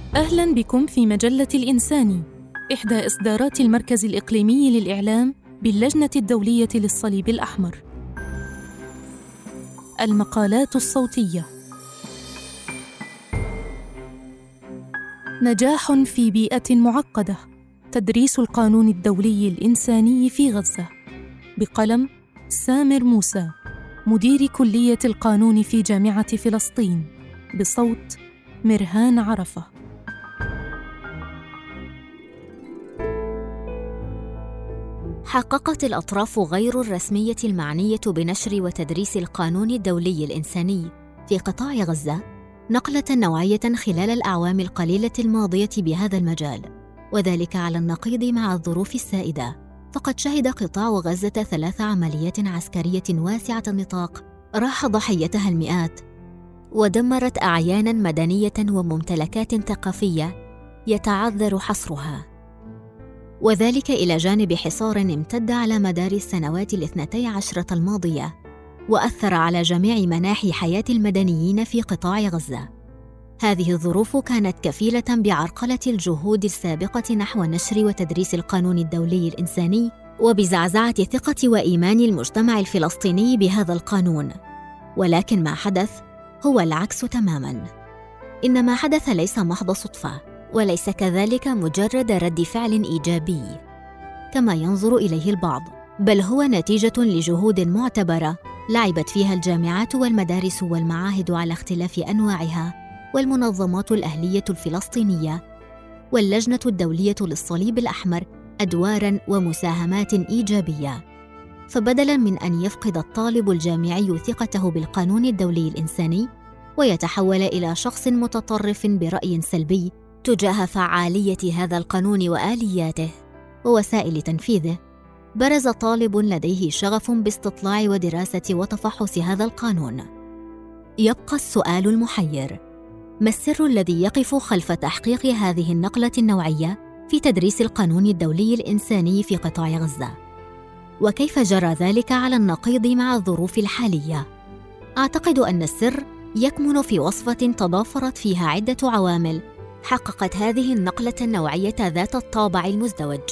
أهلاً بكم في مجلة الإنساني، إحدى إصدارات المركز الإقليمي للإعلام باللجنة الدولية للصليب الأحمر. المقالات الصوتية. نجاح في بيئة معقدة، تدريس القانون الدولي الإنساني في غزة، بقلم سامر موسى، مدير كلية القانون في جامعة فلسطين، بصوت مرهان عرفة. حققت الأطراف غير الرسمية المعنية بنشر وتدريس القانون الدولي الإنساني في قطاع غزة نقلة نوعية خلال الأعوام القليلة الماضية بهذا المجال، وذلك على النقيض مع الظروف السائدة. فقد شهد قطاع غزة 3 عمليات عسكرية واسعة النطاق راح ضحيتها المئات، ودمرت أعياناً مدنية وممتلكات ثقافية يتعذر حصرها، وذلك إلى جانب حصار امتد على مدار السنوات 12 الماضية، وأثر على جميع مناحي حياة المدنيين في قطاع غزة. هذه الظروف كانت كفيلة بعرقلة الجهود السابقة نحو نشر وتدريس القانون الدولي الإنساني، وبزعزعة ثقة وإيمان المجتمع الفلسطيني بهذا القانون. ولكن ما حدث هو العكس تماماً. إن ما حدث ليس محض صدفة، وليس كذلك مجرد رد فعل إيجابي كما ينظر إليه البعض، بل هو نتيجة لجهود معتبرة لعبت فيها الجامعات والمدارس والمعاهد على اختلاف أنواعها، والمنظمات الأهلية الفلسطينية واللجنة الدولية للصليب الأحمر أدواراً ومساهمات إيجابية. فبدلاً من أن يفقد الطالب الجامعي ثقته بالقانون الدولي الإنساني ويتحول إلى شخص متطرف برأي سلبي تجاه فعالية هذا القانون وآلياته ووسائل تنفيذه، برز طالب لديه شغف باستطلاع ودراسة وتفحص هذا القانون. يبقى السؤال المحير: ما السر الذي يقف خلف تحقيق هذه النقلة النوعية في تدريس القانون الدولي الإنساني في قطاع غزة؟ وكيف جرى ذلك على النقيض مع الظروف الحالية؟ أعتقد أن السر يكمن في وصفة تضافرت فيها عدة عوامل حققت هذه النقلة النوعية ذات الطابع المزدوج.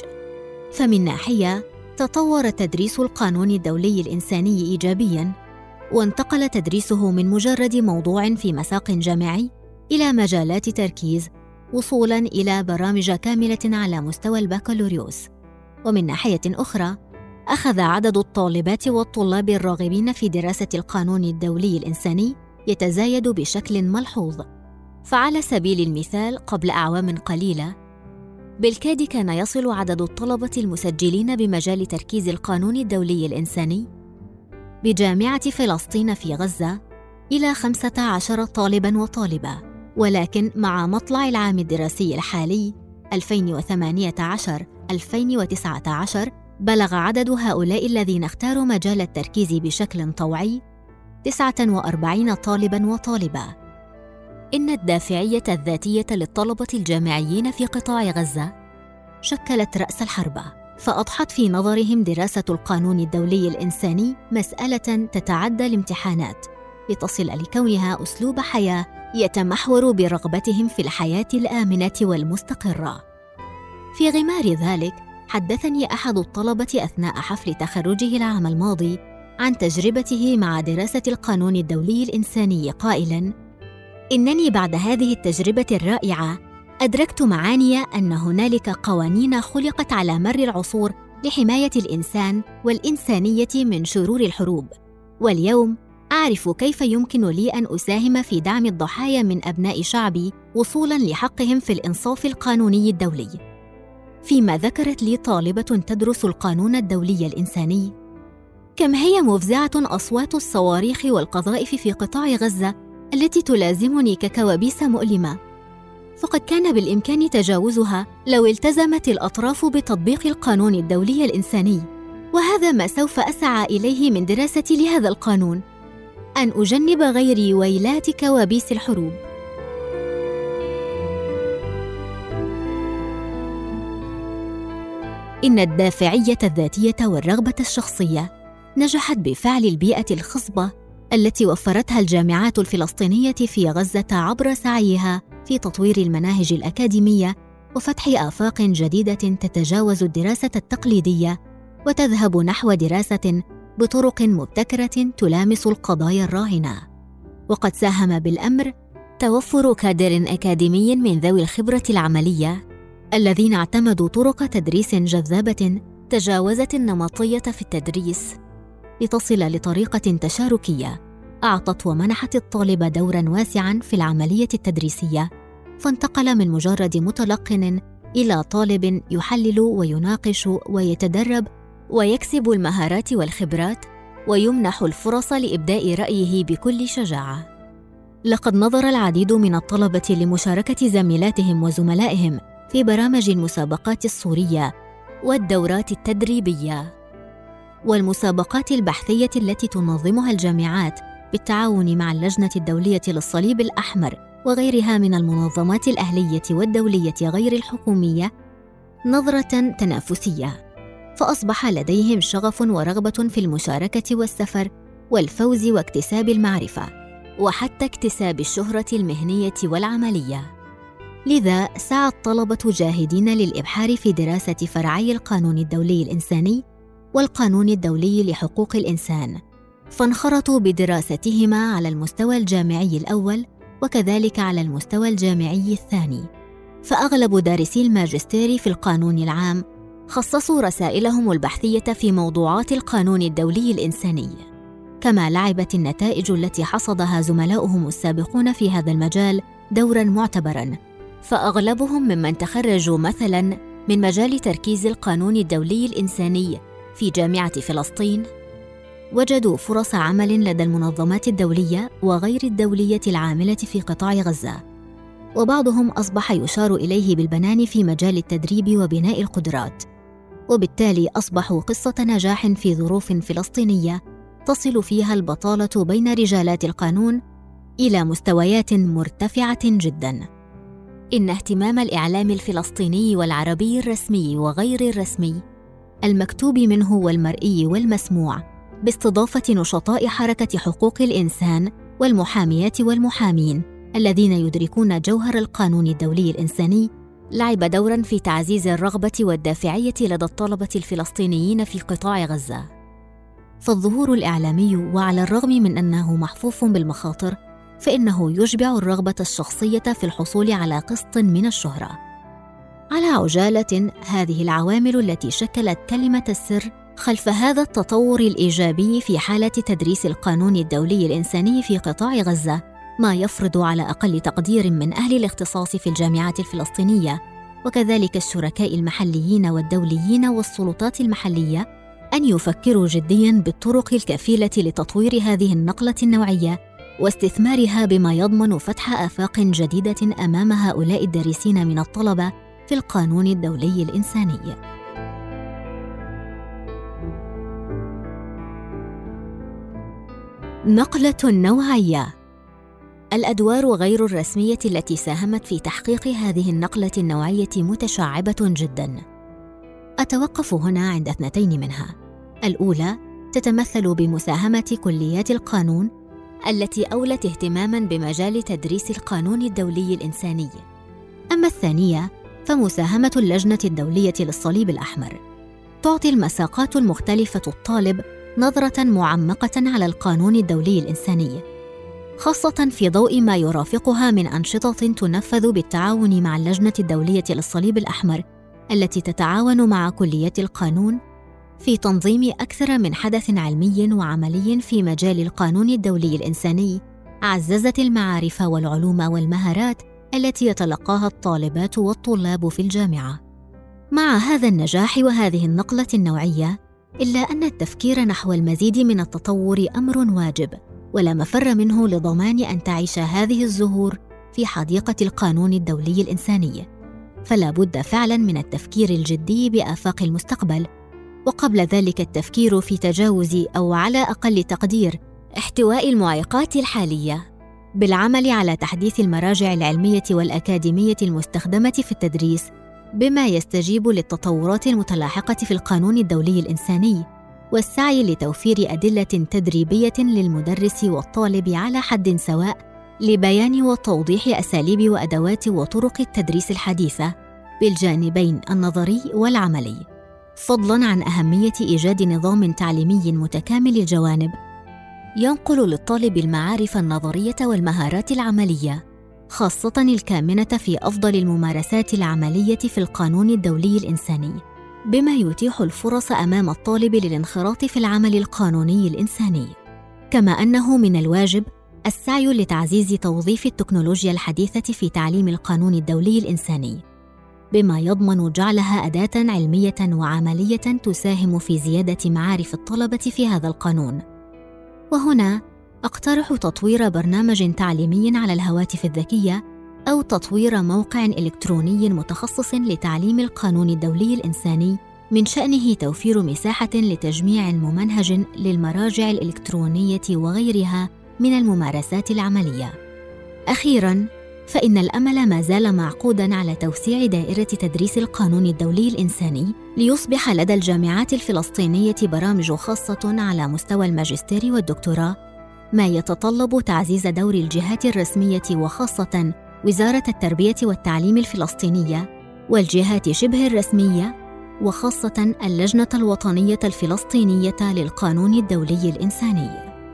فمن ناحية، تطور تدريس القانون الدولي الإنساني إيجابياً، وانتقل تدريسه من مجرد موضوع في مساق جامعي إلى مجالات تركيز، وصولاً إلى برامج كاملة على مستوى البكالوريوس. ومن ناحية أخرى، أخذ عدد الطالبات والطلاب الراغبين في دراسة القانون الدولي الإنساني يتزايد بشكل ملحوظ. فعلى سبيل المثال، قبل أعوام قليلة بالكاد كان يصل عدد الطلبة المسجلين بمجال تركيز القانون الدولي الإنساني بجامعة فلسطين في غزة إلى 15 طالباً وطالبة، ولكن مع مطلع العام الدراسي الحالي 2018-2019 بلغ عدد هؤلاء الذين اختاروا مجال التركيز بشكل طوعي 49 طالباً وطالبة. إن الدافعية الذاتية للطلبة الجامعيين في قطاع غزة شكلت رأس الحربة، فأضحت في نظرهم دراسة القانون الدولي الإنساني مسألة تتعدى الامتحانات، لتصل لكونها أسلوب حياة يتمحور برغبتهم في الحياة الآمنة والمستقرة. في غمار ذلك، حدثني أحد الطلبة أثناء حفل تخرجه العام الماضي عن تجربته مع دراسة القانون الدولي الإنساني قائلاً: إنني بعد هذه التجربة الرائعة أدركت معاني أن هنالك قوانين خلقت على مر العصور لحماية الإنسان والإنسانية من شرور الحروب، واليوم أعرف كيف يمكن لي أن أساهم في دعم الضحايا من أبناء شعبي وصولاً لحقهم في الإنصاف القانوني الدولي. فيما ذكرت لي طالبة تدرس القانون الدولي الإنساني: كم هي مفزعة أصوات الصواريخ والقذائف في قطاع غزة التي تلازمني ككوابيس مؤلمة، فقد كان بالإمكان تجاوزها لو التزمت الأطراف بتطبيق القانون الدولي الإنساني، وهذا ما سوف أسعى إليه من دراستي لهذا القانون، أن أجنب غيري ويلات كوابيس الحروب. إن الدافعية الذاتية والرغبة الشخصية نجحت بفعل البيئة الخصبة التي وفرتها الجامعات الفلسطينية في غزة عبر سعيها في تطوير المناهج الأكاديمية وفتح آفاق جديدة تتجاوز الدراسة التقليدية وتذهب نحو دراسة بطرق مبتكرة تلامس القضايا الراهنة. وقد ساهم بالأمر توفر كادر أكاديمي من ذوي الخبرة العملية الذين اعتمدوا طرق تدريس جذابة تجاوزت النمطية في التدريس لتصل لطريقة تشاركية أعطت ومنحت الطالب دوراً واسعاً في العملية التدريسية، فانتقل من مجرد متلقن إلى طالب يحلل ويناقش ويتدرب ويكسب المهارات والخبرات ويمنح الفرص لإبداء رأيه بكل شجاعة. لقد نظر العديد من الطلبة لمشاركة زميلاتهم وزملائهم في برامج المسابقات الصورية والدورات التدريبية والمسابقات البحثية التي تنظمها الجامعات بالتعاون مع اللجنة الدولية للصليب الأحمر وغيرها من المنظمات الأهلية والدولية غير الحكومية نظرة تنافسية، فأصبح لديهم شغف ورغبة في المشاركة والسفر والفوز واكتساب المعرفة وحتى اكتساب الشهرة المهنية والعملية. لذا سعى الطلبة جاهدين للإبحار في دراسة فرعي القانون الدولي الإنساني والقانون الدولي لحقوق الإنسان، فانخرطوا بدراستهما على المستوى الجامعي الأول وكذلك على المستوى الجامعي الثاني. فأغلب دارسي الماجستير في القانون العام خصصوا رسائلهم البحثية في موضوعات القانون الدولي الإنساني، كما لعبت النتائج التي حصدها زملاؤهم السابقون في هذا المجال دوراً معتبراً، فأغلبهم ممن تخرجوا مثلاً من مجال تركيز القانون الدولي الإنساني في جامعة فلسطين وجدوا فرص عمل لدى المنظمات الدولية وغير الدولية العاملة في قطاع غزة، وبعضهم أصبح يشار إليه بالبنان في مجال التدريب وبناء القدرات، وبالتالي أصبحوا قصة نجاح في ظروف فلسطينية تصل فيها البطالة بين رجالات القانون إلى مستويات مرتفعة جداً. إن اهتمام الإعلام الفلسطيني والعربي الرسمي وغير الرسمي المكتوب منه والمرئي والمسموع باستضافة نشطاء حركة حقوق الإنسان والمحاميات والمحامين الذين يدركون جوهر القانون الدولي الإنساني لعب دوراً في تعزيز الرغبة والدافعية لدى الطلبة الفلسطينيين في قطاع غزة. فالظهور الإعلامي وعلى الرغم من أنه محفوف بالمخاطر فإنه يشبع الرغبة الشخصية في الحصول على قسط من الشهرة. على عجالة، هذه العوامل التي شكلت كلمة السر خلف هذا التطور الإيجابي في حالة تدريس القانون الدولي الإنساني في قطاع غزة ما يفرض على أقل تقدير من أهل الاختصاص في الجامعات الفلسطينية وكذلك الشركاء المحليين والدوليين والسلطات المحلية أن يفكروا جدياً بالطرق الكفيلة لتطوير هذه النقلة النوعية واستثمارها بما يضمن فتح آفاق جديدة أمام هؤلاء الدارسين من الطلبة في القانون الدولي الإنساني. نقلة نوعية. الأدوار غير الرسمية التي ساهمت في تحقيق هذه النقلة النوعية متشعبة جداً. أتوقف هنا عند 2 منها. الأولى تتمثل بمساهمة كليات القانون التي أولت اهتماماً بمجال تدريس القانون الدولي الإنساني. أما الثانية فمساهمة اللجنة الدولية للصليب الأحمر. تعطي المساقات المختلفة الطالب نظرة معمقة على القانون الدولي الإنساني، خاصة في ضوء ما يرافقها من أنشطة تنفذ بالتعاون مع اللجنة الدولية للصليب الأحمر التي تتعاون مع كليات القانون في تنظيم أكثر من حدث علمي وعملي في مجال القانون الدولي الإنساني عززت المعارف والعلوم والمهارات التي يتلقاها الطالبات والطلاب في الجامعة. مع هذا النجاح وهذه النقلة النوعية، إلا أن التفكير نحو المزيد من التطور أمر واجب ولا مفر منه لضمان أن تعيش هذه الزهور في حديقة القانون الدولي الإنساني، فلا بد فعلاً من التفكير الجدي بآفاق المستقبل، وقبل ذلك التفكير في تجاوز أو على أقل تقدير احتواء المعيقات الحالية بالعمل على تحديث المراجع العلمية والأكاديمية المستخدمة في التدريس بما يستجيب للتطورات المتلاحقة في القانون الدولي الإنساني، والسعي لتوفير أدلة تدريبية للمدرس والطالب على حد سواء لبيان وتوضيح أساليب وأدوات وطرق التدريس الحديثة بالجانبين النظري والعملي، فضلاً عن أهمية إيجاد نظام تعليمي متكامل الجوانب ينقل للطالب المعارف النظرية والمهارات العملية، خاصة الكامنة في أفضل الممارسات العملية في القانون الدولي الإنساني، بما يتيح الفرص أمام الطالب للانخراط في العمل القانوني الإنساني. كما أنه من الواجب السعي لتعزيز توظيف التكنولوجيا الحديثة في تعليم القانون الدولي الإنساني، بما يضمن جعلها أداة علمية وعملية تساهم في زيادة معارف الطلبة في هذا القانون. وهنا أقترح تطوير برنامج تعليمي على الهواتف الذكية أو تطوير موقع إلكتروني متخصص لتعليم القانون الدولي الإنساني من شأنه توفير مساحة لتجميع ممنهج للمراجع الإلكترونية وغيرها من الممارسات العملية. أخيراً، فإن الأمل ما زال معقوداً على توسيع دائرة تدريس القانون الدولي الإنساني ليصبح لدى الجامعات الفلسطينية برامج خاصة على مستوى الماجستير والدكتوراه، ما يتطلب تعزيز دور الجهات الرسمية وخاصة وزارة التربية والتعليم الفلسطينية والجهات شبه الرسمية وخاصة اللجنة الوطنية الفلسطينية للقانون الدولي الإنساني.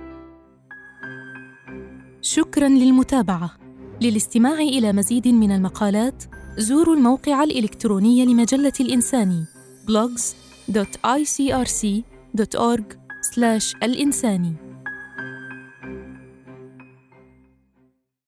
شكراً للمتابعة. للاستماع إلى مزيد من المقالات زوروا الموقع الإلكتروني لمجلة الإنساني blogs.icrc.org/الإنساني.